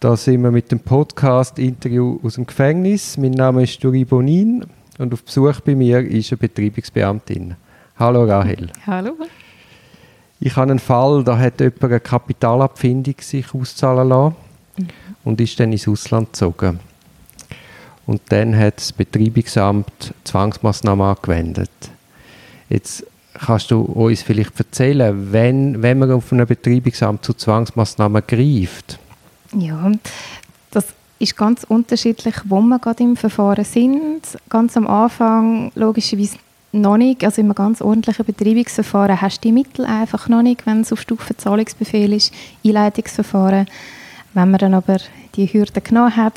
Da sind wir mit dem Podcast-Interview aus dem Gefängnis. Mein Name ist Duri Bonin und auf Besuch bei mir ist eine Betreibungsbeamtin. Hallo Rahel. Hallo. Ich habe einen Fall, da hat jemand eine Kapitalabfindung sich auszahlen lassen und ist dann ins Ausland gezogen. Und dann hat das Betreibungsamt Zwangsmaßnahmen angewendet. Jetzt kannst du uns vielleicht erzählen, wenn man auf ein Betreibungsamt zu Zwangsmaßnahmen greift? Ja, das ist ganz unterschiedlich, wo wir gerade im Verfahren sind. Ganz am Anfang logischerweise noch nicht. Also in einem ganz ordentlichen Betreibungsverfahren hast du die Mittel einfach noch nicht, wenn es auf Stufe Zahlungsbefehl ist, Einleitungsverfahren. Wenn man dann aber die Hürden genommen hat,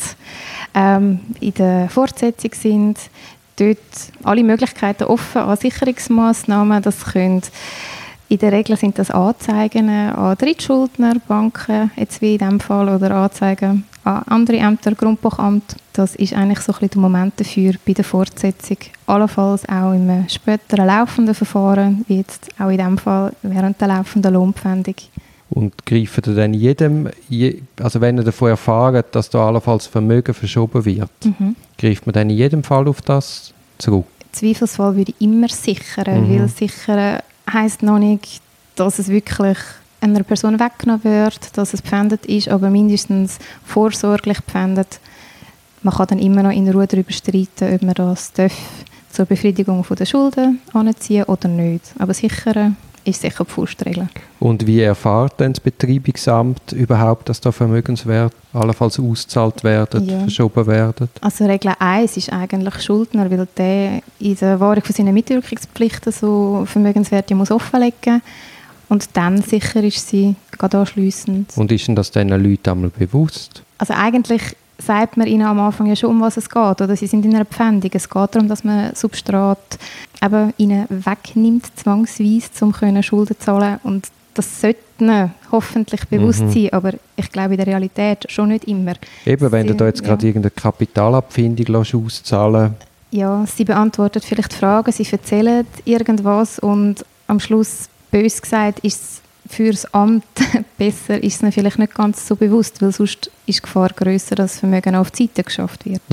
in der Fortsetzung sind, dort alle Möglichkeiten offen an Sicherungsmaßnahmen. Das können in der Regel sind das Anzeigen an Drittschuldner, Banken, jetzt wie in diesem Fall, oder Anzeigen an andere Ämter, Grundbuchamt. Das ist eigentlich so ein bisschen der Moment dafür bei der Fortsetzung. Allenfalls auch im späteren laufenden Verfahren, wie jetzt auch in diesem Fall während der laufenden Lohnpfändung. Und greifen ihr dann also wenn ihr davon erfahrt, dass da allenfalls Vermögen verschoben wird, greift man dann in jedem Fall auf das zurück? Im Zweifelsfall würde ich immer sichern, weil sichern heisst noch nicht, dass es wirklich einer Person weggenommen wird, dass es gepfändet ist, aber mindestens vorsorglich gepfändet. Man kann dann immer noch in Ruhe darüber streiten, ob man das zur Befriedigung der Schulden anziehen oder nicht. Aber sichern ist sicher die Faustregel. Und wie erfährt denn das Betreibungsamt überhaupt, dass da Vermögenswerte allenfalls ausgezahlt werden, verschoben werden? Also Regel 1 ist eigentlich Schuldner, weil der in der Wahrung von seinen Mitwirkungspflichten so Vermögenswerte muss offenlegen muss. Und dann sicher ist sie gerade anschliessend. Und ist denn das den Leuten einmal bewusst? Also eigentlich sagt man ihnen am Anfang ja schon, um was es geht. Oder sie sind in einer Pfändung. Es geht darum, dass man Substrat eben ihnen wegnimmt, zwangsweise, um Schulden zu zahlen. Und das sollte ihnen hoffentlich bewusst sein, aber ich glaube in der Realität schon nicht immer. Eben, wenn du da jetzt gerade irgendeine Kapitalabfindung auszahlen lässt. Ja, sie beantwortet vielleicht Fragen, sie erzählen irgendwas und am Schluss, bös gesagt, ist es für das Amt besser, ist es ihnen vielleicht nicht ganz so bewusst, weil sonst ist die Gefahr grösser, dass das Vermögen auf die Seite geschafft wird.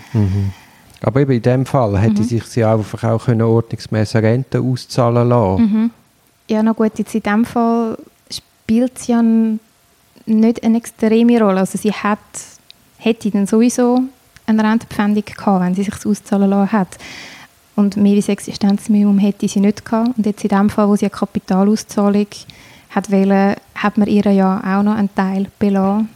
Aber eben in diesem Fall hätte sich sie einfach auch ordnungsmäßig Rente auszahlen lassen. Ja, na gut, jetzt in diesem Fall spielt sie ja nicht eine extreme Rolle. Also sie hätte dann sowieso eine Rentepfändung gehabt, wenn sie sich das auszahlen lassen hat. Und mehr als Existenzminimum hätte sie nicht gehabt. Und jetzt in dem Fall, wo sie eine Kapitalauszahlung hat man ihr ja auch noch einen Teil belassen.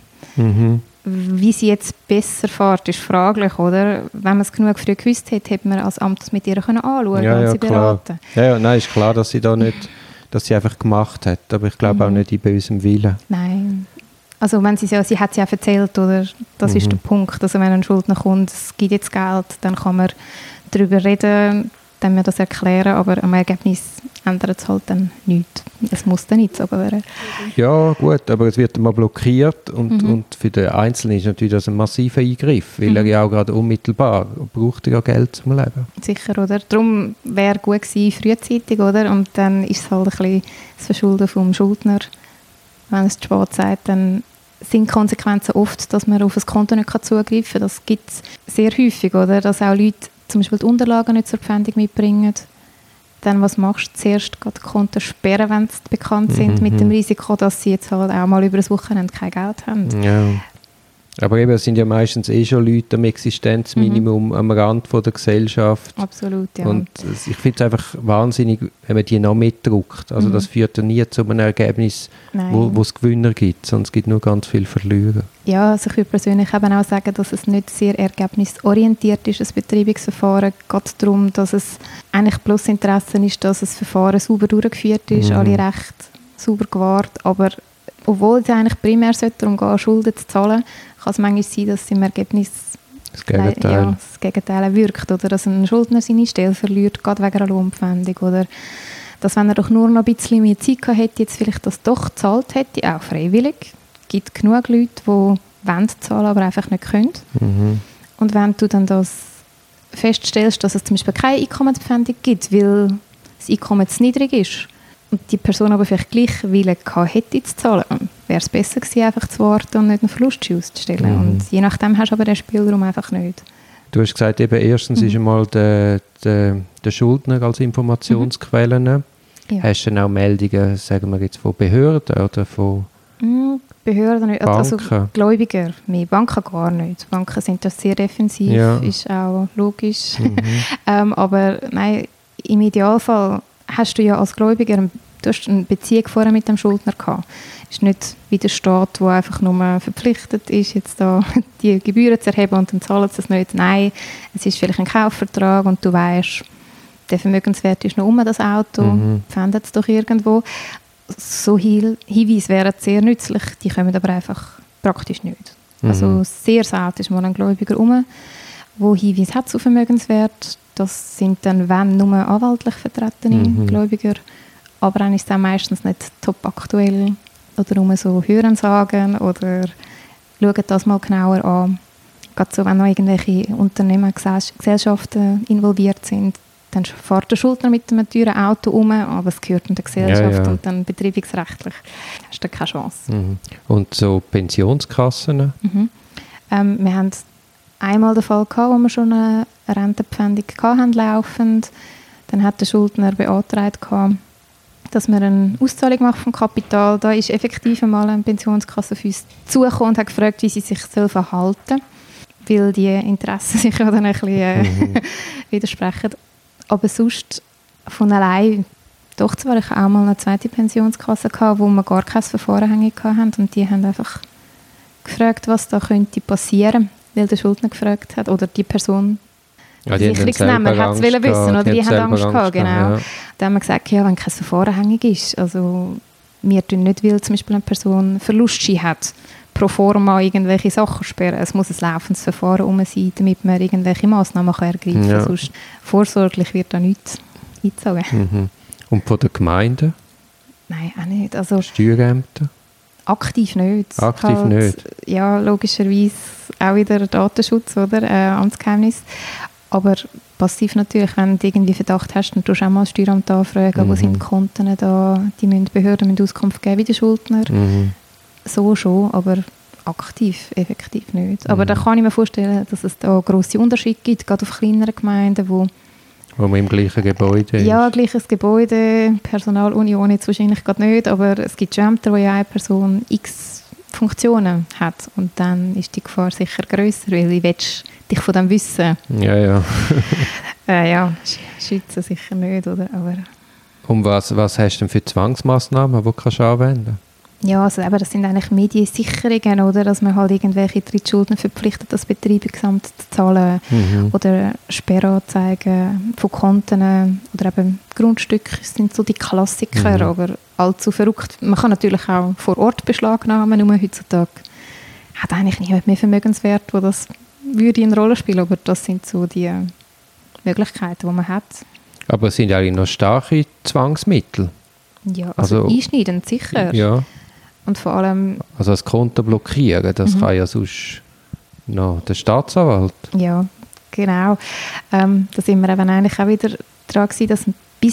Wie sie jetzt besser fährt, ist fraglich, oder? Wenn man es genug früh gewusst hätte, hätte man als Amt das mit ihr anschauen können und sie beraten. Nein, ist klar, dass sie da nicht, dass sie einfach gemacht hat. Aber ich glaube auch nicht in bösem Willen. Nein. Also wenn sie hat sie auch erzählt, oder? Das ist der Punkt. Also wenn ein Schuldner kommt, es gibt jetzt Geld, dann kann man darüber reden, dann mir das erklären, aber am Ergebnis ändert es halt dann nichts. Es muss dann nicht so werden. Ja, gut, aber es wird mal blockiert und für den Einzelnen ist natürlich das ein massiver Eingriff, weil er ja auch gerade unmittelbar braucht ja Geld zum Leben. Sicher, oder? Darum wäre gut gewesen, frühzeitig, oder? Und dann ist es halt ein bisschen das Verschulden vom Schuldner. Wenn es zu spät sagt, dann sind die Konsequenzen oft, dass man auf ein Konto nicht zugreifen kann. Das gibt es sehr häufig, oder? Dass auch Leute zum Beispiel die Unterlagen nicht zur Pfändung mitbringen. Dann, was machst du? Zuerst die Konten sperren, wenn sie bekannt sind, mit dem Risiko, dass sie jetzt halt auch mal über das Wochenende kein Geld haben. Ja. Aber eben, es sind ja meistens schon Leute am Existenzminimum am Rand von der Gesellschaft. Absolut, ja. Und ich finde es einfach wahnsinnig, wenn man die noch mitdruckt. Also das führt ja nie zu einem Ergebnis, wo es Gewinner gibt, sondern es gibt nur ganz viel Verlierer. Ja, also ich würde persönlich eben auch sagen, dass es nicht sehr ergebnisorientiert ist, das Betreibungsverfahren. Es geht darum, dass es eigentlich bloß Interesse ist, dass das Verfahren sauber durchgeführt ist, alle Rechte sauber gewahrt, aber obwohl es eigentlich primär darum geht, Schulden zu zahlen, kann es manchmal sein, dass im Ergebnis das Gegenteil wirkt. Oder dass ein Schuldner seine Stelle verliert, gerade wegen einer Lohnpfändung. Oder dass, wenn er doch nur noch ein bisschen mehr Zeit gehabt hätte, jetzt vielleicht das doch gezahlt hätte, auch freiwillig. Es gibt genug Leute, die wollen zahlen, aber einfach nicht können. Und wenn du dann das feststellst, dass es zum Beispiel keine Einkommenspfändung gibt, weil das Einkommen zu niedrig ist, und die Person aber vielleicht gleich Willen gehabt hätte zu zahlen, wäre es besser gewesen, einfach zu warten und nicht einen Verlust auszustellen. Und je nachdem hast du aber den Spielraum einfach nicht. Du hast gesagt, eben erstens ist einmal der Schuldner als Informationsquelle. Ja. Hast du dann auch Meldungen, sagen wir jetzt, von Behörden oder von Behörden nicht, Banken? Also Gläubiger, mehr Banken gar nicht. Banken sind das sehr defensiv, ist auch logisch. Aber nein, im Idealfall hast du ja als Gläubiger du hast eine Beziehung vorher mit dem Schuldner gehabt. Es ist nicht wie der Staat, der einfach nur verpflichtet ist, jetzt da die Gebühren zu erheben und dann zahlen sie es nicht. Nein, es ist vielleicht ein Kaufvertrag und du weißt, der Vermögenswert ist noch um das Auto, findet es doch irgendwo. So Hinweise wären sehr nützlich, die kommen aber einfach praktisch nicht. Also sehr selten ist mal ein Gläubiger der Hinweise hat zu Vermögenswert. Das sind dann, wenn, nur anwaltlich vertretene Gläubiger. Aber dann ist es dann meistens nicht top aktuell oder nur so Hörensagen oder schauen das mal genauer an. Gerade so, wenn noch irgendwelche Unternehmen, Gesellschaften involviert sind, dann fährt der Schuldner mit einem teuren Auto um, aber es gehört der Gesellschaft und dann betriebsrechtlich hast du keine Chance. Und so Pensionskassen? Wir haben einmal den Fall gehabt, wo wir schon eine Rentenpfändung hatten, laufend. Dann hat der Schuldner beantragt, dass man eine Auszahlung macht vom Kapital. Da ist effektiv einmal eine Pensionskasse auf uns zugekommen und hat gefragt, wie sie sich verhalten sollen, weil die Interessen sich ja dann ein bisschen widersprechen. Aber sonst von allein, doch zwar, ich auch mal eine zweite Pensionskasse gehabt, wo wir gar kein Verfahren hatten und die haben einfach gefragt, was da könnte passieren, weil der Schuldner gefragt hat oder die Person. Der Sicherungsnehmer hat es wissen oder die haben Angst gehabt, genau. Ja. Da haben wir gesagt, ja, wenn kein Verfahren ist, also wir tun nicht, weil zum Beispiel eine Person Verlustschein hat, pro forma irgendwelche Sachen sperren. Es muss ein laufendes Verfahren sein, damit man irgendwelche Massnahmen ergreifen kann. Ja. Sonst vorsorglich wird da nichts eingezogen. Und von der Gemeinde? Nein, auch nicht. Also, Steuerämter? Aktiv nicht. Aktiv nicht? Ja, logischerweise auch wieder Datenschutz, oder? Amtsgeheimnis. Aber passiv natürlich, wenn du irgendwie Verdacht hast, dann tust du auch mal das Steueramt anfragen, wo sind die Konten da, die Behörden müssen Auskunft geben wie der Schuldner. So schon, aber aktiv effektiv nicht. Aber da kann ich mir vorstellen, dass es da grosse Unterschiede gibt, gerade auf kleineren Gemeinden, wo man im gleichen Gebäude ist. Ja, gleiches Gebäude, Personalunion jetzt wahrscheinlich gerade nicht, aber es gibt schon Ämter, wo ja eine Person x Funktionen hat und dann ist die Gefahr sicher grösser, weil du willst dich von dem wissen. Ja. Ja, schützen sicher nicht, oder? Aber und was hast du denn für Zwangsmaßnahmen, die du anwenden kannst? Ja, also eben, das sind eigentlich Mediensicherungen, oder? Dass man halt irgendwelche Drittschuldner verpflichtet, das Betreibungsamt zu zahlen oder Sperranzeigen von Konten oder eben Grundstücke sind so die Klassiker, aber allzu verrückt. Man kann natürlich auch vor Ort beschlagnahmen, nur heutzutage hat eigentlich niemand mehr Vermögenswert, wo das würde eine Rolle spielen, aber das sind so die Möglichkeiten, die man hat. Aber es sind eigentlich noch starke Zwangsmittel? Ja, also einschneidend sicher. Ja. Und vor allem... Also das Konto blockieren, das kann ja sonst noch der Staatsanwalt. Ja, genau. Da sind wir eben eigentlich auch wieder dran gewesen, dass bis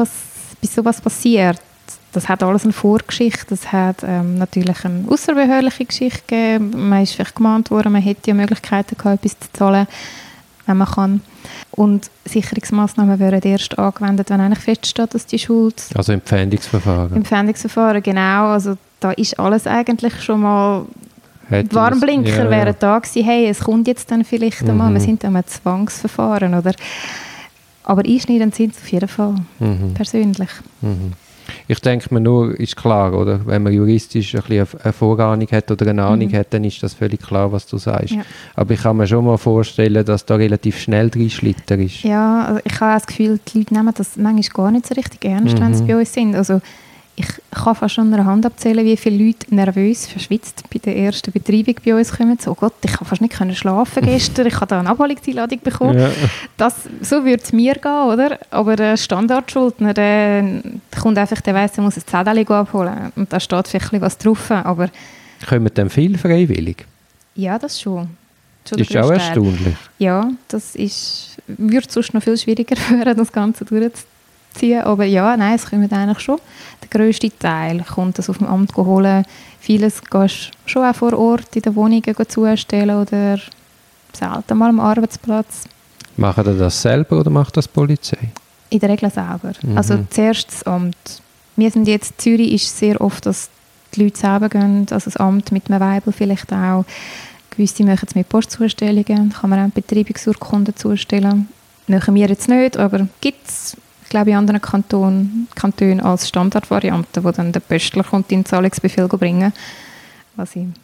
sowas passiert, das hat alles eine Vorgeschichte, das hat natürlich eine außerbehördliche Geschichte gegeben, man ist vielleicht gemahnt worden, man hätte ja Möglichkeiten gehabt, etwas zu zahlen, wenn man kann. Und Sicherungsmaßnahmen werden erst angewendet, wenn eigentlich feststeht, dass die Schuld... Also im Pfändungsverfahren. Im Pfändungsverfahren, genau. Also da ist alles eigentlich schon mal... Die Warnblinker wären da gewesen, hey, es kommt jetzt dann vielleicht einmal, wir sind dann ein Zwangsverfahren, oder? Aber einschneidend sind es auf jeden Fall, persönlich. Ich denke mir nur, ist klar, oder? Wenn man juristisch ein bisschen eine Vorahnung hat oder eine Ahnung hat, dann ist das völlig klar, was du sagst. Ja. Aber ich kann mir schon mal vorstellen, dass da relativ schnell drin Schlitter ist. Ja, also ich habe das Gefühl, die Leute nehmen das manchmal gar nicht so richtig ernst, wenn sie bei uns sind. Also ich kann fast schon an einer Hand abzählen, wie viele Leute nervös, verschwitzt bei der ersten Betreibung bei uns kommen. So, oh Gott, ich kann fast nicht schlafen gestern, ich habe da eine Abholungseinladung bekommen. Ja. So würde es mir gehen, oder? Aber der Standardschuldner, der kommt einfach, der weiss, er muss ein Zettel abholen. Und da steht vielleicht was drauf. Aber kommen dann viel freiwillig? Ja, das schon. Das ist auch erstaunlich. Ja, würde sonst noch viel schwieriger werden, das Ganze ziehen. Aber ja, nein, es kommt eigentlich schon. Der grösste Teil kommt das auf dem Amt holen. Vieles gehst du schon auch vor Ort in den Wohnungen zustellen oder selten mal am Arbeitsplatz. Machen Sie das selber oder macht das die Polizei? In der Regel selber. Also zuerst das Amt. Wir sind jetzt, in Zürich ist sehr oft, dass die Leute selber gehen, also das Amt mit einem Weibel vielleicht auch. Gewisse machen es mit Postzustellungen, kann man auch Betreibungsurkunden zustellen. Machen wir jetzt nicht, aber gibt es, ich glaube, in anderen Kantonen als Standardvariante, wo dann der Pöstler kommt, den Zahlungsbefehl bringen. Was ich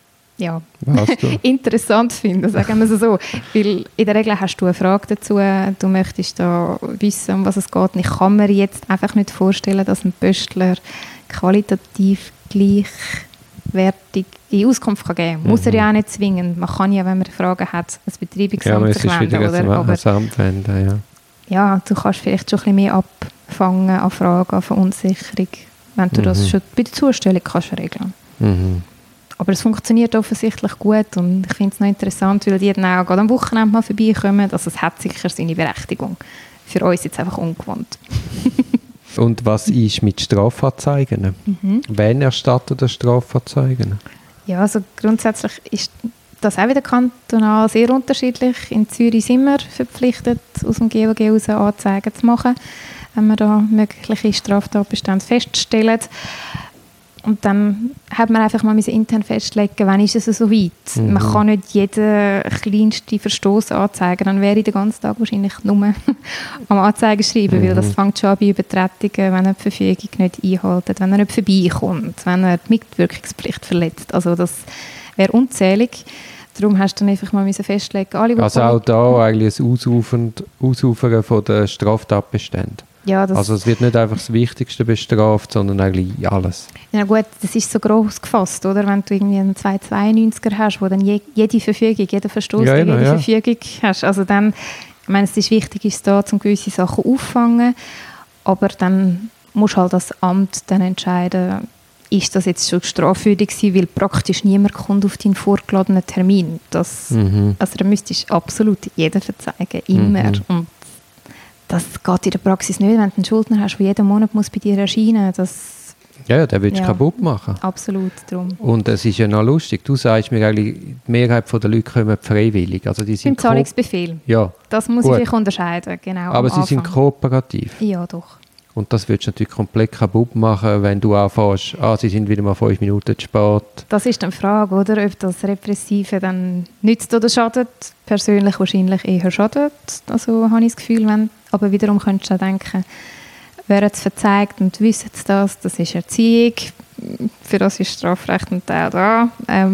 interessant finde, sagen wir es so. Weil in der Regel hast du eine Frage dazu, du möchtest da wissen, um was es geht. Und ich kann mir jetzt einfach nicht vorstellen, dass ein Pöstler qualitativ gleichwertig in Auskunft geben kann. Muss er ja auch nicht zwingen. Man kann ja, wenn man Fragen hat, ein Betreibungsamt wenden. Ja, du kannst vielleicht schon ein bisschen mehr abfangen an Fragen, an Verunsicherung, wenn du das schon bei der Zustellung kannst regeln. Aber es funktioniert offensichtlich gut und ich finde es noch interessant, weil die dann auch gerade am Wochenende mal vorbeikommen. Also es hat sicher seine Berechtigung. Für uns jetzt einfach ungewohnt. Und was ist mit Strafanzeigen? Wen erstattet Strafanzeigen? Ja, also grundsätzlich ist das auch wieder kantonal sehr unterschiedlich. In Zürich sind wir verpflichtet, aus dem GOG heraus Anzeigen zu machen, wenn wir da mögliche Straftatbestände feststellen. Und dann hat man einfach mal intern festlegen, wann ist es so weit. Man kann nicht jeden kleinsten Verstoß anzeigen, dann wäre ich den ganzen Tag wahrscheinlich nur am Anzeigen schreiben, weil das fängt schon an bei Übertretungen, wenn er die Verfügung nicht einhält, wenn er nicht vorbeikommt, wenn er die Mitwirkungspflicht verletzt. Also das wäre unzählig. Darum hast du dann einfach mal festlegen. Also auch da eigentlich ein Ausufern von den Straftatbeständen. Ja, also es wird nicht einfach das Wichtigste bestraft, sondern eigentlich alles. Ja gut, das ist so gross gefasst, oder? Wenn du irgendwie einen 292er hast, wo dann jede Verfügung, jeder Verstoß jede Verfügung hast. Also dann, ich meine, es ist wichtig, ist da, um gewisse Sachen auffangen, aber dann muss halt das Amt dann entscheiden, ist das jetzt schon strafwürdig gewesen, weil praktisch niemand kommt auf deinen vorgeladenen Termin. Also da müsstest du absolut jeden verzeigen, immer. Und das geht in der Praxis nicht, wenn du einen Schuldner hast, der jeden Monat muss bei dir erscheinen muss. Ja, den willst du kaputt machen. Absolut, darum. Und es ist ja noch lustig, du sagst mir eigentlich, die Mehrheit der Leute kommen freiwillig. Also die sind beim Zahlungsbefehl. Ja. Das muss ich vielleicht unterscheiden, genau. Aber sie sind kooperativ. Ja, doch. Und das würdest du natürlich komplett kaputt machen, wenn du anfängst, sie sind wieder mal 5 Minuten zu spät. Das ist dann die Frage, oder? Ob das Repressive dann nützt oder schadet. Persönlich wahrscheinlich eher schadet, also habe ich das Gefühl. Aber wiederum könntest du auch denken, wer es verzeigt und wissen das ist Erziehung, für das ist Strafrecht ein Teil da.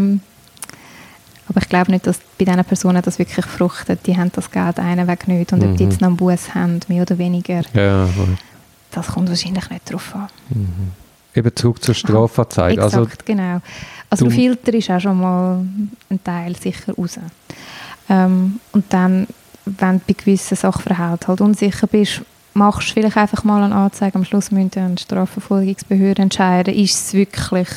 Aber ich glaube nicht, dass bei diesen Personen das wirklich fruchtet. Die haben das Geld einen Weg nicht. Und ob die jetzt noch einen Buss haben, mehr oder weniger. Ja, das kommt wahrscheinlich nicht darauf an. Eben zurück zur Strafanzeige. Exakt, genau. Also du filterst auch schon mal einen Teil sicher raus. Und dann, wenn du bei gewissen Sachverhalten halt unsicher bist, machst du vielleicht einfach mal eine Anzeige. Am Schluss müssen eine Strafverfolgungsbehörde entscheiden, ist es wirklich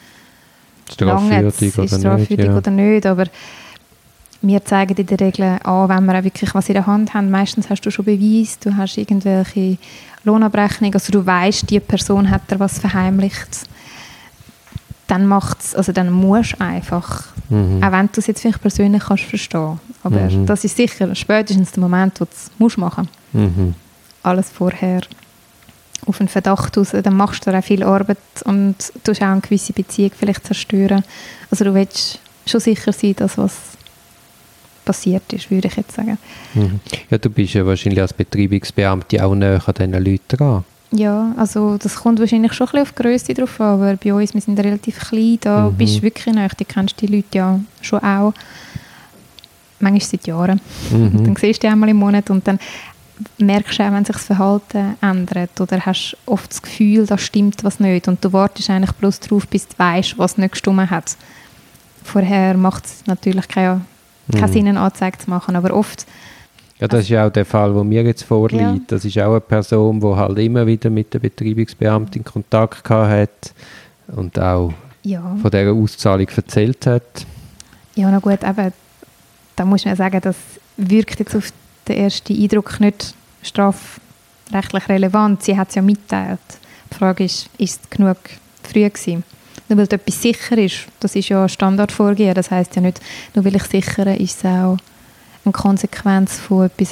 strafwürdig oder nicht. Aber wir zeigen in der Regel an, wenn wir auch wirklich was in der Hand haben. Meistens hast du schon Beweis, du hast irgendwelche Lohnabrechnungen, also du weißt, die Person hat dir was verheimlicht. Dann dann musst du einfach, auch wenn du es jetzt vielleicht persönlich kannst verstehen. Aber das ist sicher spätestens der Moment, wo du es musst machen. Alles vorher auf einen Verdacht raus, dann machst du auch viel Arbeit und du auch eine gewisse Beziehung vielleicht zerstören. Also du willst schon sicher sein, dass was passiert ist, würde ich jetzt sagen. Ja, du bist ja wahrscheinlich als Betreibungsbeamte auch näher an diesen Leuten dran. Ja, also das kommt wahrscheinlich schon ein bisschen auf die Grösse drauf an, aber bei uns, wir sind relativ klein, da bist du wirklich näher, du kennst die Leute ja schon auch, manchmal seit Jahren. Dann siehst du die einmal im Monat und dann merkst du auch, wenn sich das Verhalten ändert oder hast oft das Gefühl, da stimmt was nicht und du wartest eigentlich bloß darauf, bis du weißt, was nicht gestimmt hat. Vorher macht es natürlich keinen Sinn, eine Anzeige zu machen, aber oft... Ja, das ist ja auch der Fall, der mir jetzt vorliegt. Ja. Das ist auch eine Person, die halt immer wieder mit der Betreibungsbeamtin Kontakt gehabt hat und auch von dieser Auszahlung erzählt hat. Ja, na gut, eben, da muss man sagen, das wirkt jetzt auf den ersten Eindruck nicht rechtlich relevant? Sie hat es ja mitgeteilt. Die Frage ist es genug früh gewesen? Nur weil etwas sicher ist, das ist ja ein Standardvorgehen. Das heisst ja nicht, nur weil ich sichere, ist es auch eine Konsequenz von etwas,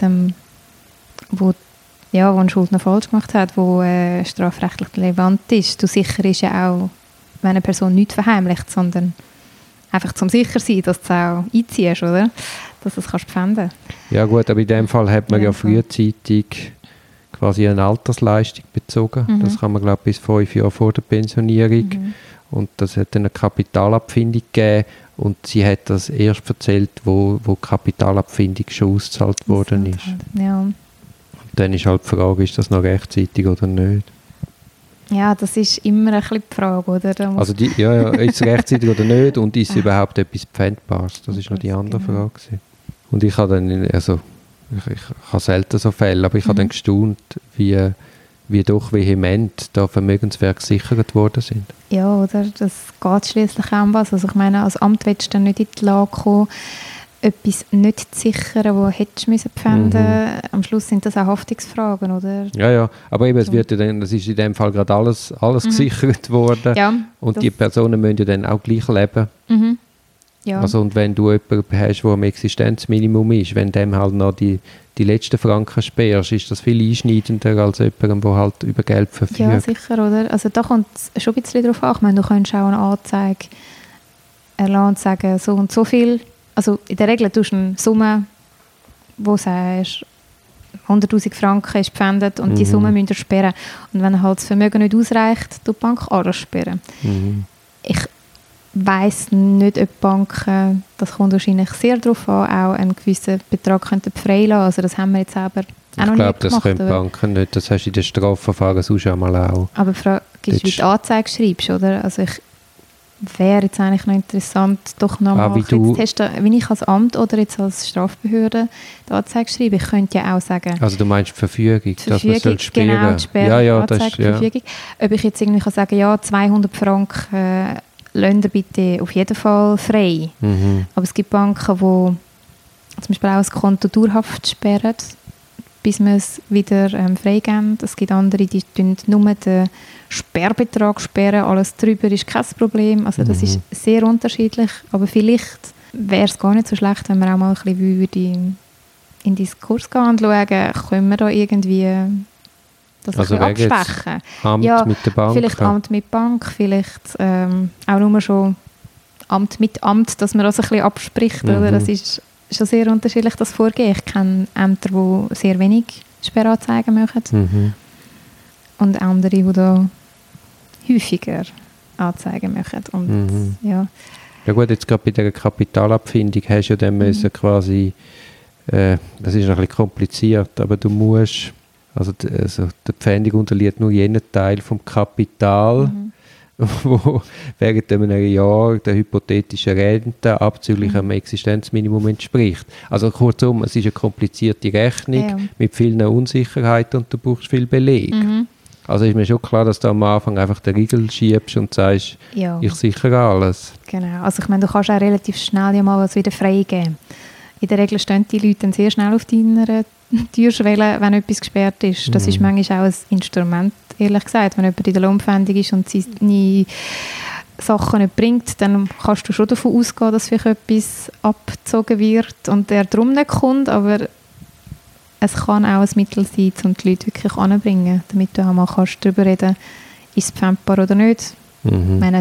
wo ein Schuldner falsch gemacht hat, wo strafrechtlich relevant ist. Du sicher ist ja auch, wenn eine Person nichts verheimlicht, sondern einfach zum sicher sein, dass du es auch einziehst, oder? Dass du es kannst pfänden. Ja gut, aber in dem Fall hat man ja frühzeitig quasi eine Altersleistung bezogen. Mhm. Das kann man, glaube ich, bis 5 Jahre vor der Pensionierung. Mhm. Und das hat eine Kapitalabfindung gegeben. Und sie hat das erst erzählt, wo die Kapitalabfindung schon ausgezahlt worden ist. Ja. Und dann ist halt die Frage, ist das noch rechtzeitig oder nicht? Ja, das ist immer ein bisschen die Frage, oder? Also ist es rechtzeitig oder nicht und ist überhaupt etwas Pfändbares? Das ist noch die andere Frage. Und ich habe dann, also ich habe selten so Fälle, aber ich habe dann gestaunt, wie doch vehement da Vermögenswerte gesichert worden sind. Ja, oder? Das geht schliesslich auch um was. Also ich meine, als Amt willst du dann nicht in die Lage kommen, etwas nicht zu sichern, das hättest du pfänden müssen. Am Schluss sind das auch Haftungsfragen, oder? Ja, aber eben, das ist in dem Fall gerade alles gesichert worden. Ja, und die Personen müssen ja dann auch gleich leben. Mhm. Ja. Also, und wenn du jemanden hast, der am Existenzminimum ist, wenn dem halt noch die letzten Franken sperrst, ist das viel einschneidender als jemandem, der halt über Geld verfügt. Ja, sicher, oder? Also da kommt es schon ein bisschen darauf an. Ich meine, du könntest auch eine Anzeige erlassen und sagen, so und so viel. Also in der Regel tust du eine Summe, wo du sagst, 100'000 Franken ist gepfändet und die Summe müsst ihr sperren. Und wenn halt das Vermögen nicht ausreicht, tut die Bank alles sperren. Mhm. Ich weiss nicht, ob Banken, das kommt wahrscheinlich sehr darauf an, auch einen gewissen Betrag freien lassen. Also das haben wir jetzt selber auch noch nicht gemacht. Ich glaube, das können Banken nicht. Das hast du in den Strafverfahren sonst einmal auch. Aber die Frage ist, wie du die Anzeige schreibst, oder? Also wäre jetzt eigentlich noch interessant, doch nochmal wie ich als Amt oder jetzt als Strafbehörde die Anzeige schreibe. Ich könnte ja auch sagen... Also du meinst die Verfügung, dass man soll sperren. Genau, die Anzeige. Ob ich jetzt irgendwie kann sagen, ja, 200 Franken lasst ihr bitte auf jeden Fall frei. Mhm. Aber es gibt Banken, die zum Beispiel auch ein Konto dauerhaft sperren, bis wir es wieder freigeben. Es gibt andere, die nur den Sperrbetrag sperren. Alles drüber ist kein Problem. Also das ist sehr unterschiedlich. Aber vielleicht wäre es gar nicht so schlecht, wenn wir auch mal ein bisschen in den Diskurs gehen und schauen, können wir da irgendwie das also ein bisschen abschwächen. Amt mit der Bank. Vielleicht Amt mit Bank, vielleicht auch nur schon Amt mit Amt, dass man das ein bisschen abspricht. Oder? Das ist schon sehr unterschiedlich, das Vorgehen. Ich kenne Ämter, die sehr wenig Sperranzeigen machen. Mhm. Und andere, die da häufiger Anzeigen machen. Und, ja gut, jetzt gerade bei der Kapitalabfindung hast du ja dann müssen quasi, das ist ein bisschen kompliziert, aber du musst, also die Pfändung unterliegt nur jenem Teil vom Kapital, wo während einem Jahr der hypothetischen Rente abzüglich einem Existenzminimum entspricht. Also kurzum, es ist eine komplizierte Rechnung mit vielen Unsicherheiten und du brauchst viel Beleg. Also ist mir schon klar, dass du am Anfang einfach den Riegel schiebst und sagst, ich sichere alles. Genau, also ich meine, du kannst auch relativ schnell ja mal was wieder freigeben. In der Regel stehen die Leute dann sehr schnell auf deiner Türschwelle, wenn etwas gesperrt ist. Das ist manchmal auch ein Instrument, ehrlich gesagt. Wenn jemand in der Lohnpfändung ist und seine Sachen nicht bringt, dann kannst du schon davon ausgehen, dass vielleicht etwas abgezogen wird und der darum nicht kommt, aber es kann auch ein Mittel sein, um die Leute wirklich anzubringen, damit du auch mal darüber reden kannst, ist es pfändbar oder nicht. Ich meine,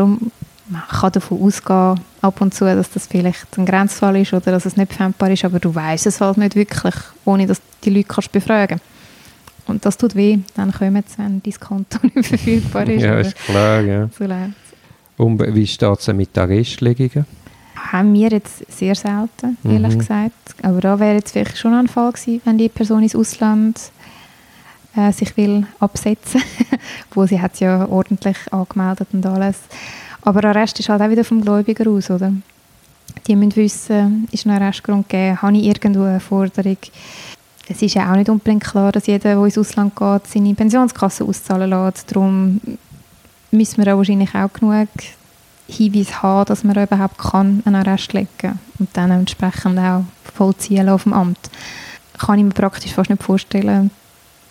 man kann davon ausgehen, ab und zu, dass das vielleicht ein Grenzfall ist oder dass es nicht pfändbar ist, aber du weißt es halt nicht wirklich, ohne dass die Leute kannst befragen. Und das tut weh, dann kommen sie, wenn dein Konto nicht verfügbar ist. Ja, ist klar, ja. So und wie steht es mit Arrestlegungen? Haben wir jetzt sehr selten, ehrlich gesagt. Aber da wäre jetzt vielleicht schon ein Fall gewesen, wenn die Person ins Ausland sich will absetzen. Wo sie hat ja ordentlich angemeldet und alles. Aber Arrest ist halt auch wieder vom Gläubiger aus, oder? Die müssen wissen, ist ein Arrestgrund gegeben, habe ich irgendwo eine Forderung. Es ist ja auch nicht unbedingt klar, dass jeder, der ins Ausland geht, seine Pensionskasse auszahlen lässt. Darum müssen wir auch wahrscheinlich auch genug Hinweise haben, dass man überhaupt einen Arrest legen kann und dann entsprechend auch vollziehen auf dem Amt. Kann ich mir praktisch fast nicht vorstellen,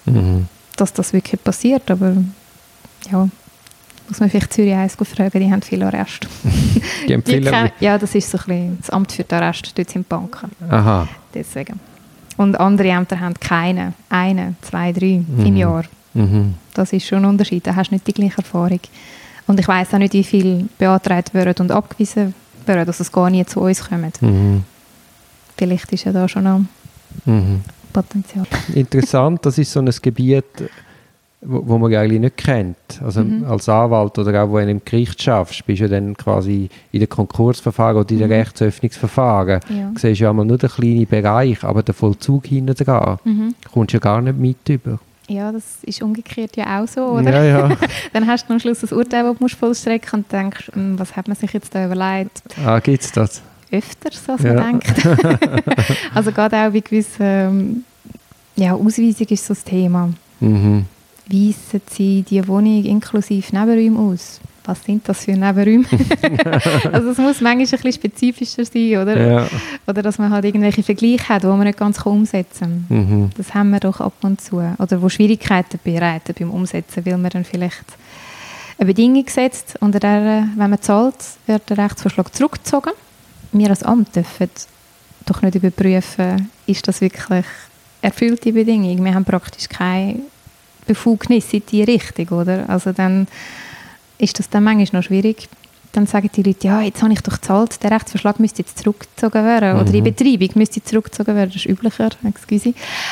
dass das wirklich passiert. Aber ja, muss man vielleicht Zürich 1 fragen, die haben viel Arrest. Die haben viel ja, das ist so ein bisschen das Amt für den Arrest, dort sind Banken. Aha. Deswegen. Und andere Ämter haben keine, 1, 2, 3 im Jahr. Das ist schon ein Unterschied, da hast du nicht die gleiche Erfahrung. Und ich weiss auch nicht, wie viel beantragt werden und abgewiesen werden, dass es gar nie zu uns kommt. Vielleicht ist ja da schon noch Potenzial. Interessant, das ist so ein Gebiet, wo man eigentlich nicht kennt. Also als Anwalt oder auch, wenn du im Gericht schaffst, bist du ja dann quasi in den Konkursverfahren oder in den Rechtsöffnungsverfahren. Ja. Du siehst ja einmal nur den kleinen Bereich, aber der Vollzug hinten dran kommst du ja gar nicht mit über. Ja, das ist umgekehrt ja auch so, oder? Ja, ja. Dann hast du am Schluss ein Urteil, das du vollstrecken musst und denkst, was hat man sich jetzt da überlegt? Gibt es das? Öfters, als man denkt. Also gerade auch bei gewissen Ausweisung ist so das Thema. Weisen Sie die Wohnung inklusive Nebenräume aus? Was sind das für Nebenräume? Also es muss manchmal ein bisschen spezifischer sein, oder? Ja. Oder dass man halt irgendwelche Vergleiche hat, die man nicht ganz umsetzen kann. Das haben wir doch ab und zu. Oder wo Schwierigkeiten bereiten beim Umsetzen, weil man dann vielleicht eine Bedingung setzt, unter der, wenn man zahlt, wird der Rechtsvorschlag zurückgezogen. Wir als Amt dürfen doch nicht überprüfen, ist das wirklich erfüllte Bedingung. Wir haben praktisch keine Befugnis in die Richtung, oder? Also dann ist das dann manchmal noch schwierig. Dann sagen die Leute, ja, jetzt habe ich doch gezahlt, der Rechtsverschlag müsste jetzt zurückgezogen werden oder die Betreibung müsste zurückgezogen werden, das ist üblicher, excuse.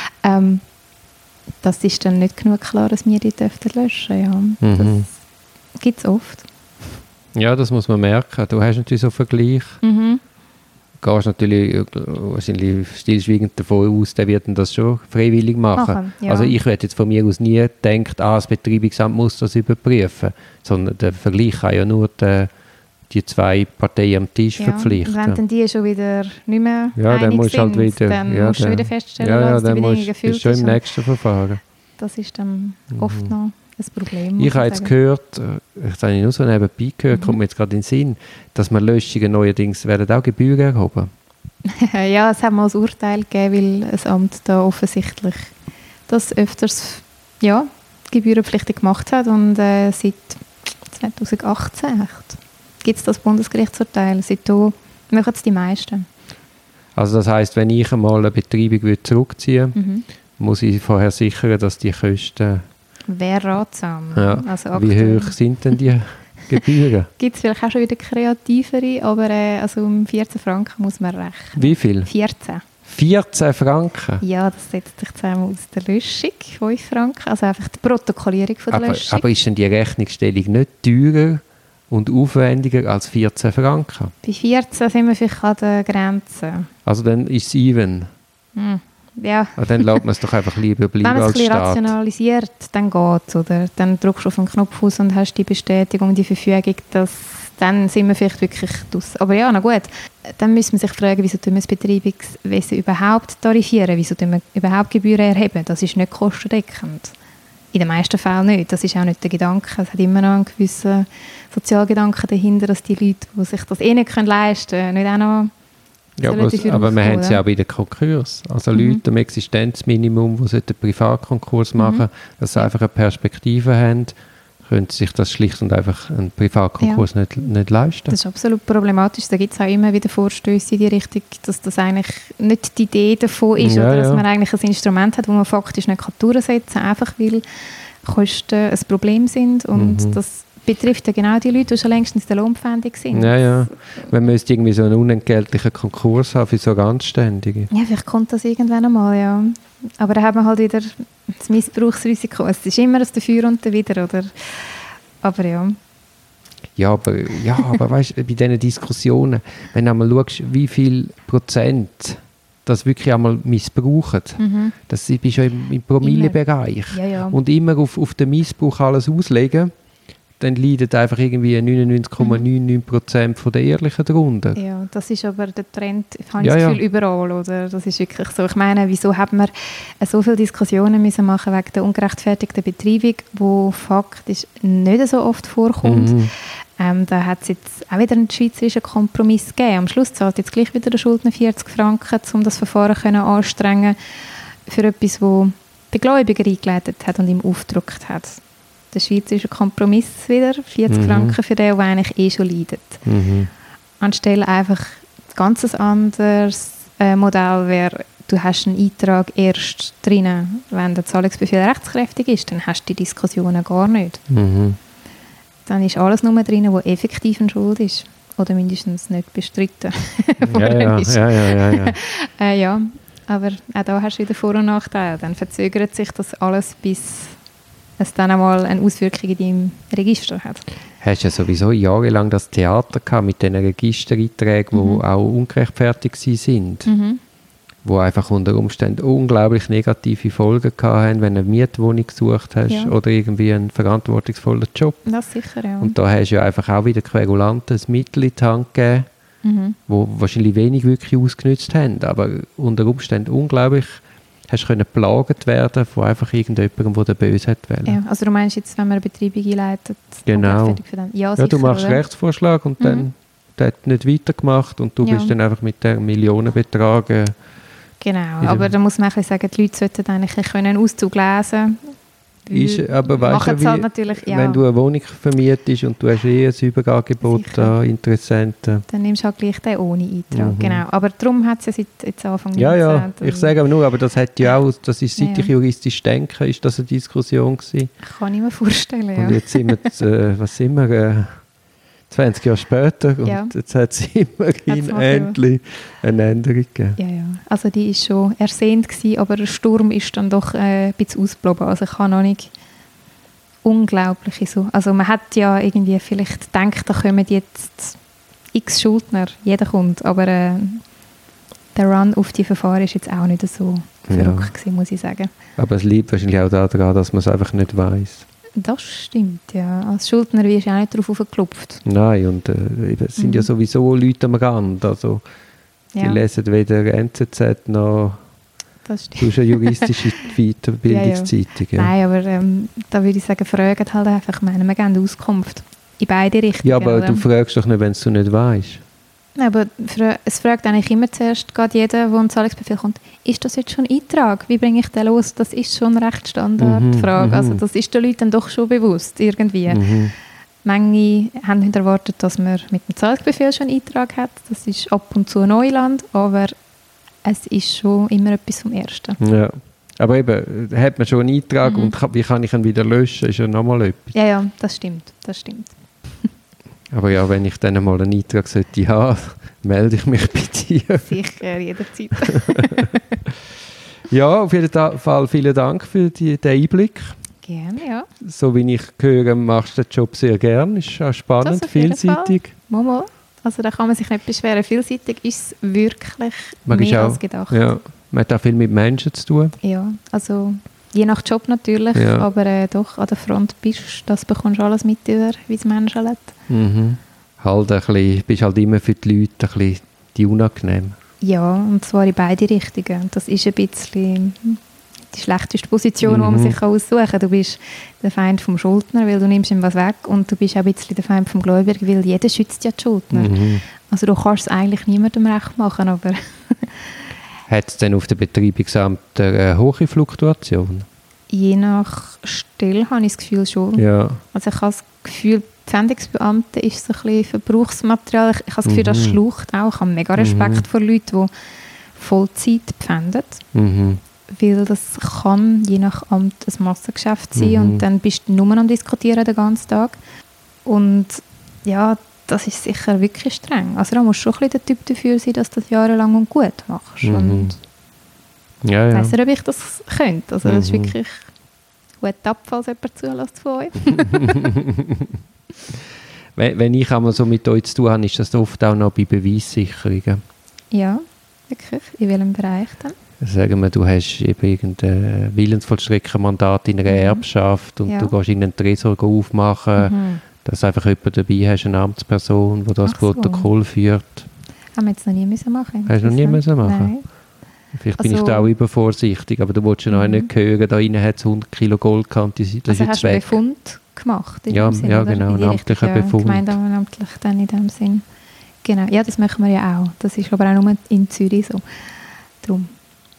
Das ist dann nicht genug klar, dass wir die dürften löschen. Ja. Das gibt es oft. Ja, das muss man merken. Du hast natürlich so einen Vergleich. Gehst natürlich wahrscheinlich stillschweigend davon aus, der wird das schon freiwillig machen. Ja. Also ich hätte jetzt von mir aus nie gedacht, das Betreibungsamt muss das überprüfen, sondern der Vergleich kann ja nur die zwei Parteien am Tisch verpflichten. Wenn dann die schon wieder nicht mehr dann musst sind, halt wieder, dann musst du wieder feststellen, dass die Bedingungen erfüllt sind. Das ist schon im nächsten Verfahren. Das ist dann oft noch ein Problem. Ich habe jetzt gehört, ich habe nur so nebenbei gehört, kommt mir jetzt gerade in den Sinn, dass man Löschungen neuerdings werden auch Gebühren erhoben. Ja, es hat mal ein Urteil gegeben, weil ein Amt da offensichtlich das öfters gebührenpflichtig gemacht hat und seit 2018 gibt es das Bundesgerichtsurteil. Seitdem machen es die meisten. Also das heisst, wenn ich einmal eine Betreibung zurückziehen muss ich vorher sichern, dass die Kosten... Wäre ratsam. Ja. Also wie hoch sind denn die Gebühren? Gibt es vielleicht auch schon wieder kreativere, aber um 14 Franken muss man rechnen. Wie viel? 14. 14 Franken? Ja, das setzt sich zusammen aus der Löschung, 5 Franken, also einfach die Protokollierung von der Löschung. Aber ist denn die Rechnungsstellung nicht teurer und aufwendiger als 14 Franken? Bei 14 sind wir vielleicht an der Grenze. Also dann ist es even? Ja. Aber dann lässt man es doch einfach lieber bleiben als Staat. Wenn man es ein bisschen rationalisiert, dann geht es, oder? Dann drückst du auf den Knopf aus und hast die Bestätigung, die Verfügung, dann sind wir vielleicht wirklich draus. Aber ja, na gut. Dann müssen wir sich fragen, wieso tun wir das Betreibungswesen überhaupt tarifieren? Wieso tun wir überhaupt Gebühren erheben? Das ist nicht kostendeckend. In den meisten Fällen nicht. Das ist auch nicht der Gedanke. Es hat immer noch einen gewissen Sozialgedanken dahinter, dass die Leute, die sich das nicht leisten können, nicht auch noch... Ja, aber wir haben es ja auch bei den Konkurs. Also Leute am Existenzminimum, die einen Privatkonkurs machen, dass sie einfach eine Perspektive haben, können sich das schlicht und einfach einen Privatkonkurs nicht leisten. Das ist absolut problematisch. Da gibt es auch immer wieder Vorstöße in die Richtung, dass das eigentlich nicht die Idee davon ist, oder dass man eigentlich ein Instrument hat, das man faktisch nicht durchsetzen kann, einfach weil Kosten ein Problem sind und das betrifft ja genau die Leute, die schon längst in der Lohnpfändung sind. Ja. Man müsste irgendwie so einen unentgeltlichen Konkurs haben für so Randständige. Ja, vielleicht kommt das irgendwann einmal, ja. Aber da hat man halt wieder das Missbrauchsrisiko. Es ist immer das Dafür und Dawider, oder? Aber ja. Ja, aber weißt du, bei diesen Diskussionen, wenn du einmal schaust, wie viel Prozent das wirklich einmal missbrauchen, das bist schon im Promillebereich. Ja. Und immer auf den Missbrauch alles auslegen, dann leidet einfach irgendwie 99,99% von der Ehrlichen darunter. Ja, das ist aber der Trend, habe ich das Gefühl, überall, oder? Das ist wirklich so. Ich meine, wieso haben wir so viele Diskussionen müssen machen wegen der ungerechtfertigten Betreibung, die faktisch nicht so oft vorkommt. Da hat es jetzt auch wieder einen schweizerischen Kompromiss gegeben. Am Schluss zahlt jetzt gleich wieder der Schuldner 40 Franken, um das Verfahren anstrengen für etwas, wo den Gläubiger eingeleitet hat und ihm aufgedrückt hat. Der schweizerische Kompromiss wieder, 40 Franken für den, der eigentlich schon leidet. Anstelle einfach ein ganz anderes Modell wäre, du hast einen Eintrag erst drinnen, wenn der Zahlungsbefehl rechtskräftig ist, dann hast du die Diskussionen gar nicht. Dann ist alles nur drin, was effektiv eine Schuld ist. Oder mindestens nicht bestritten ist. Ja, aber auch da hast du wieder Vor- und Nachteile. Dann verzögert sich das alles, bis es dann einmal eine Auswirkung in deinem Register hat. Hast du ja sowieso jahrelang das Theater gehabt mit diesen Registereinträgen, die auch ungerechtfertigt sind. Die einfach unter Umständen unglaublich negative Folgen hatten, wenn du eine Mietwohnung gesucht hast oder irgendwie einen verantwortungsvollen Job. Das sicher, ja. Und da hast du ja einfach auch wieder Querulanten ein Mittel in die Hand gegeben, die wahrscheinlich wenig wirklich ausgenutzt haben, aber unter Umständen unglaublich hast können belagert werden von einfach irgendjemandem, der den Böse hat wollen. Ja, also du meinst jetzt, wenn man eine Betreibung einleitet, genau. Für den? Ja, ja, sicher, du machst oder? Rechtsvorschlag und dann der hat nicht weitergemacht und du bist dann einfach mit dem Millionenbetrag genau, aber da muss man auch sagen, die Leute sollten eigentlich einen Auszug lesen. Ist, aber weißt du, halt natürlich, wenn du eine Wohnung vermietest und du hast ein Überangebot an Interessenten. Dann nimmst du halt gleich den ohne Eintrag, genau. Aber darum hat es ja seit jetzt Anfang 19. Ja, ich sage aber nur, aber das hat ja auch, das ist seit ich juristisch denke, ist das eine Diskussion gewesen. Kann ich mir vorstellen, ja. Und jetzt sind wir, was sind wir, 20 Jahre später und jetzt hat es immerhin endlich eine Änderung gegeben. Ja. Also die war schon ersehnt gewesen, aber der Sturm ist dann doch ein bisschen ausgeblieben. Also ich habe noch nicht unglaubliche so. Also man hat ja irgendwie vielleicht gedacht, da kommen jetzt x Schuldner, jeder kommt, aber der Run auf die Verfahren ist jetzt auch nicht so verrückt gewesen, muss ich sagen. Aber es liegt wahrscheinlich auch daran, dass man es einfach nicht weiss. Das stimmt, ja. Als Schuldner wirst du auch nicht darauf aufgeklopft. Nein, und es sind ja sowieso Leute am Rand. Also, die lesen weder NZZ noch eine juristische Weiterbildungszeitung. Ja. Nein, aber da würde ich sagen, fragen halt einfach. Ich meine, wir geben Auskunft. In beide Richtungen. Ja, aber du fragst doch nicht, wenn du nicht weißt. Nein, aber es fragt eigentlich immer zuerst gerade jeder, der einen Zahlungsbefehl kommt, ist das jetzt schon ein Eintrag? Wie bringe ich den los? Das ist schon eine recht Standardfrage. Also das ist den Leuten doch schon bewusst, irgendwie. Manche haben nicht erwartet, dass man mit dem Zahlungsbefehl schon einen Eintrag hat. Das ist ab und zu Neuland, aber es ist schon immer etwas vom Ersten. Ja, aber eben, hat man schon einen Eintrag und wie kann ich ihn wieder löschen, ist ja nochmal etwas. Ja, das stimmt. Aber ja, wenn ich dann mal einen Eintrag sollte haben, melde ich mich bei dir. Sicher, jederzeit. Ja, auf jeden Fall vielen Dank für den Einblick. Gerne, ja. So wie ich höre, machst du den Job sehr gern. Ist auch spannend, vielseitig. Mal. Also da kann man sich nicht beschweren. Vielseitig ist es wirklich mehr als gedacht. Ja, man hat auch viel mit Menschen zu tun. Ja, also je nach Job natürlich, aber doch an der Front das bekommst du alles mit über, wie es Menschen lebt. Halt ein bisschen, bist halt immer für die Leute ein bisschen die unangenehm. Ja, und zwar in beide Richtungen. Das ist ein bisschen die schlechteste Position, die man sich aussuchen kann. Du bist der Feind vom Schuldner, weil du nimmst ihm was weg, und du bist auch ein bisschen der Feind vom Gläubiger, weil jeder schützt ja die Schuldner. Also du kannst es eigentlich niemandem recht machen, aber... Hat es denn auf dem Betreibungsamt eine hohe Fluktuation? Je nach Stelle habe ich das Gefühl schon. Ja. Also ich habe das Gefühl, die Pfändungsbeamte ist so ein bisschen Verbrauchsmaterial. Ich habe das Gefühl, das schlucht auch. Ich habe mega Respekt vor Leuten, die Vollzeit pfänden. Weil das kann je nach Amt ein Massengeschäft sein und dann bist du nur am Diskutieren den ganzen Tag. Und ja, das ist sicher wirklich streng. Also da musst du schon ein bisschen der Typ dafür sein, dass du das jahrelang und gut machst. Und ich weiss nicht, ob ich das könnte. Also das ist wirklich gut ab, falls jemand zulässt von euch. Wenn ich einmal so mit euch zu tun habe, ist das oft auch noch bei Beweissicherungen. Ja, wirklich. In welchem Bereich dann? Sagen wir, du hast eben irgendein Willensvollstreckermandat in einer Erbschaft und du gehst irgendeinen Tresor aufmachen, dass du einfach jemanden dabei hast, eine Amtsperson, die das Protokoll führt. Haben wir jetzt noch nie machen müssen. Hast du noch nie machen? Nein. Vielleicht bin ich da auch übervorsichtig, aber du wolltest ja noch nicht hören, da rein hat es 100 Kilo Gold gehabt, das ist hast du einen Befund gemacht? Ja, Sinn, ja genau, einen amtlichen Befund. Gemeindeamtlich dann in dem Sinn. Genau, ja, das machen wir ja auch. Das ist aber auch nur in Zürich so. Drum.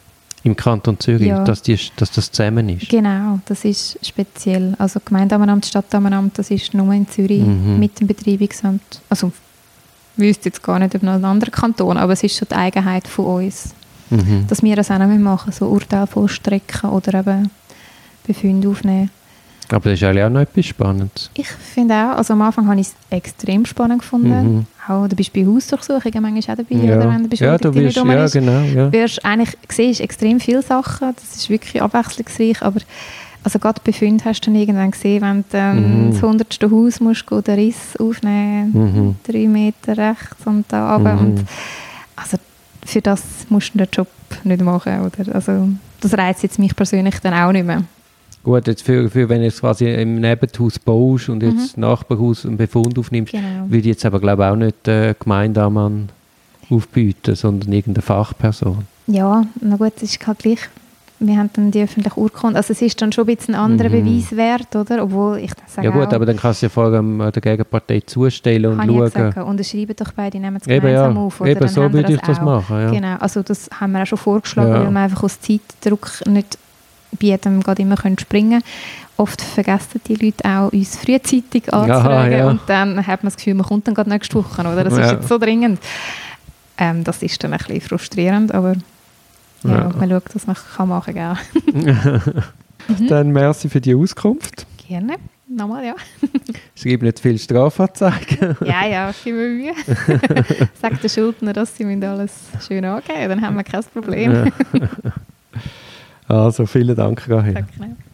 Im Kanton Zürich, Ja. dass das zusammen ist? Genau, das ist speziell. Also Gemeindeamt, Stadtamt, das ist nur in Zürich mit dem Betreibungsamt. Also ich wüsste jetzt gar nicht, ob noch ein anderer Kanton, aber es ist schon die Eigenheit von uns, dass wir das auch nicht mehr machen, so Urteile vollstrecken oder eben Befunde aufnehmen. Aber das ist eigentlich auch noch etwas Spannendes. Ich finde auch, also am Anfang habe ich es extrem spannend gefunden. Auch, du bist bei Hausdurchsuchungen manchmal auch dabei, oder wenn du ja, du wirst, ja, ist. genau. Ja. Wirst eigentlich, siehst extrem viele Sachen, das ist wirklich abwechslungsreich, aber also gerade Befunde hast du dann irgendwann gesehen, wenn du das 100. Haus musst du den Riss aufnehmen, 3 Meter rechts und da runter. Und also für das musst du den Job nicht machen. Oder? Also, das reizt jetzt mich persönlich dann auch nicht mehr. Gut, jetzt für wenn du jetzt quasi im Nebenhaus baust und jetzt Nachbarhaus einen Befund aufnimmst, würde ich jetzt aber glaube ich auch nicht Gemeindemann aufbieten, sondern irgendeine Fachperson. Ja, na gut, es ist halt gleich, wir haben dann die öffentliche Urkunde, also es ist dann schon ein bisschen ein anderer Beweiswert, oder? Obwohl ich dann sage ja gut, auch, aber dann kannst du ja vorher der Gegenpartei zustellen und schauen. Sagen. Unterschreiben doch beide, nehmen es gemeinsam auf. Oder? Eben, dann so würde ich das machen. Ja. Genau, also das haben wir auch schon vorgeschlagen, weil wir einfach aus Zeitdruck nicht bei jedem gerade immer springen können. Oft vergessen die Leute auch, uns frühzeitig anzufragen und dann hat man das Gefühl, man kommt dann gerade nächste Woche, oder? Das ist jetzt so dringend. Das ist dann ein bisschen frustrierend, aber man schaut, was man machen kann. Dann merci für die Auskunft. Gerne. Nochmal, ja. Schreib nicht viel Strafanzeigen. Ja, ich gebe mir Mühe. Sag den Schuldner, dass sie alles schön angeben, dann haben wir kein Problem. Also, vielen Dank, Rahel. Danke.